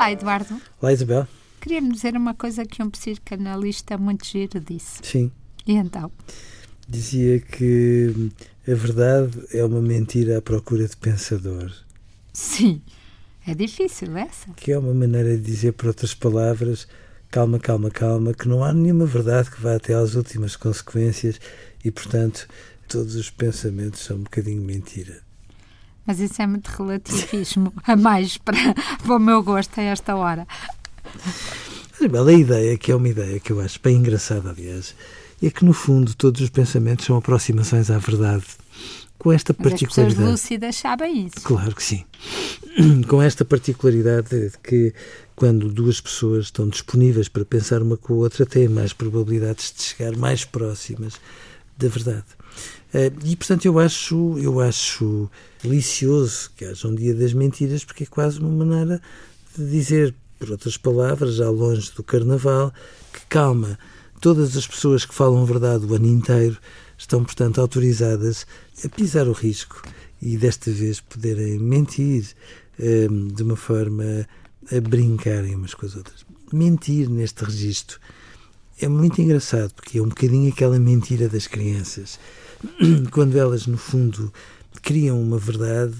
Olá, Eduardo. Olá, Isabel. Queria-me dizer uma coisa que um psicanalista muito giro disse. Sim. E então? Dizia que a verdade é uma mentira à procura de pensador. Sim. É difícil essa. Que é uma maneira de dizer, por outras palavras, calma, calma, calma, que não há nenhuma verdade que vá até às últimas consequências e, portanto, todos os pensamentos são um bocadinho mentira. Mas isso é muito relativismo, a mais para o meu gosto a esta hora. Isabel, a ideia, que é uma ideia que eu acho bem engraçada, aliás, é que, no fundo, todos os pensamentos são aproximações à verdade. Com esta particularidade. As pessoas lúcidas sabem isso. Claro que sim. Com esta particularidade de que, quando duas pessoas estão disponíveis para pensar uma com a outra, têm mais probabilidades de chegar mais próximas da verdade. E, portanto, eu acho delicioso que haja um dia das mentiras, porque é quase uma maneira de dizer, por outras palavras, já longe do carnaval, que calma, todas as pessoas que falam verdade o ano inteiro estão, portanto, autorizadas a pisar o risco e, desta vez, poderem mentir de uma forma a brincarem umas com as outras. Mentir neste registro é muito engraçado, porque é um bocadinho aquela mentira das crianças, quando elas, no fundo, criam uma verdade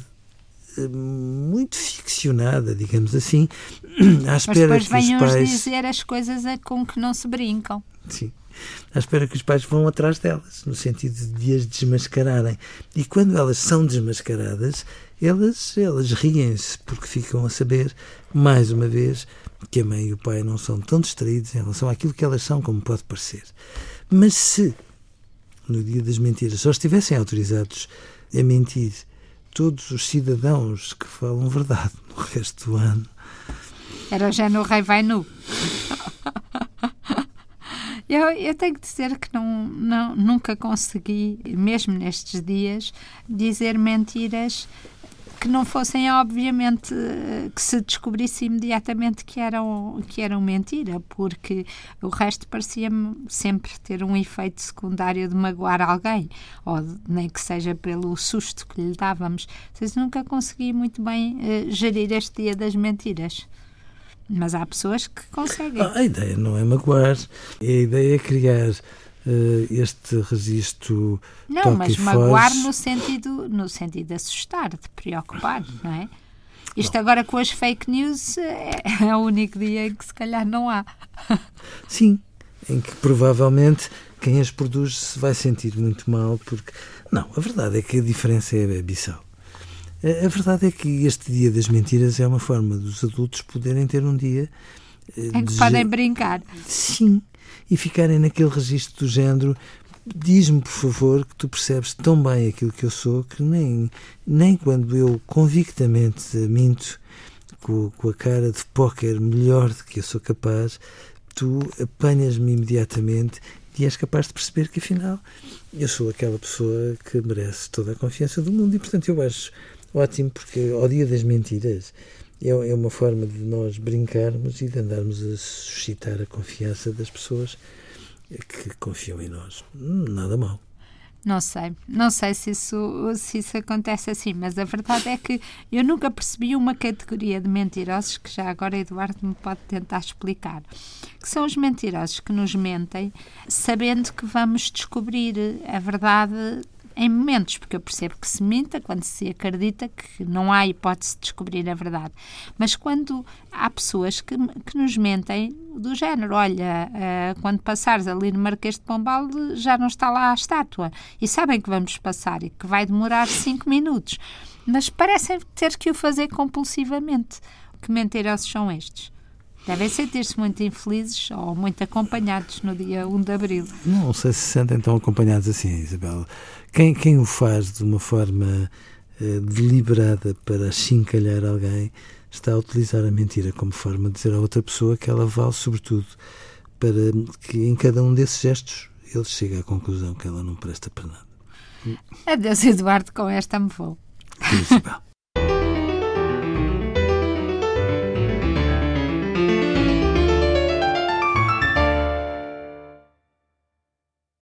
muito ficcionada, digamos assim, à espera que os pais... Mas depois venham dizer as coisas com que não se brincam. Sim. À espera que os pais vão atrás delas, no sentido de as desmascararem. E quando elas são desmascaradas, elas riem-se, porque ficam a saber, mais uma vez, que a mãe e o pai não são tão distraídos em relação àquilo que elas são, como pode parecer. Mas se, no dia das mentiras, só estivessem autorizados a mentir todos os cidadãos que falam verdade no resto do ano... Era já no Rei Vai Nu. Eu tenho que dizer que nunca consegui, mesmo nestes dias, dizer mentiras que não fossem, obviamente, que se descobrisse imediatamente que eram mentira, porque o resto parecia-me sempre ter um efeito secundário de magoar alguém, ou nem que seja pelo susto que lhe dávamos. Vocês nunca consegui muito bem gerir este dia das mentiras. Mas há pessoas que conseguem. A ideia não é magoar, a ideia é criar este registro. Não, mas magoar no sentido de assustar, de preocupar, não é? Isto não. Agora com as fake news é o único dia em que se calhar não há. Sim, em que provavelmente quem as produz se vai sentir muito mal, porque... Não, a verdade é que a diferença é abissal. A verdade é que este dia das mentiras é uma forma dos adultos poderem ter um dia... em que podem brincar. Sim, e ficarem naquele registro do género: diz-me, por favor, que tu percebes tão bem aquilo que eu sou, que nem quando eu convictamente minto com a cara de póquer melhor do que eu sou capaz, tu apanhas-me imediatamente e és capaz de perceber que, afinal, eu sou aquela pessoa que merece toda a confiança do mundo. E, portanto, eu acho ótimo, porque ao dia das mentiras é uma forma de nós brincarmos e de andarmos a suscitar a confiança das pessoas que confiam em nós. Nada mal. Não sei se isso acontece assim, mas a verdade é que eu nunca percebi uma categoria de mentirosos que já agora Eduardo me pode tentar explicar, que são os mentirosos que nos mentem sabendo que vamos descobrir a verdade em momentos, porque eu percebo que se minta quando se acredita que não há hipótese de descobrir a verdade. Mas quando há pessoas que nos mentem do género: olha, quando passares ali no Marquês de Pombal já não está lá a estátua, e sabem que vamos passar e que vai demorar 5 minutos, mas parecem ter que o fazer compulsivamente. Que mentirosos são estes? Devem sentir-se muito infelizes ou muito acompanhados no dia 1 de Abril. Não sei se sentem tão acompanhados assim, Isabel. Quem o faz de uma forma deliberada para achincalhar alguém está a utilizar a mentira como forma de dizer a outra pessoa que ela vale, sobretudo, para que em cada um desses gestos ele chegue à conclusão que ela não presta para nada. Adeus, Eduardo, com esta me vou. Adeus, Isabel.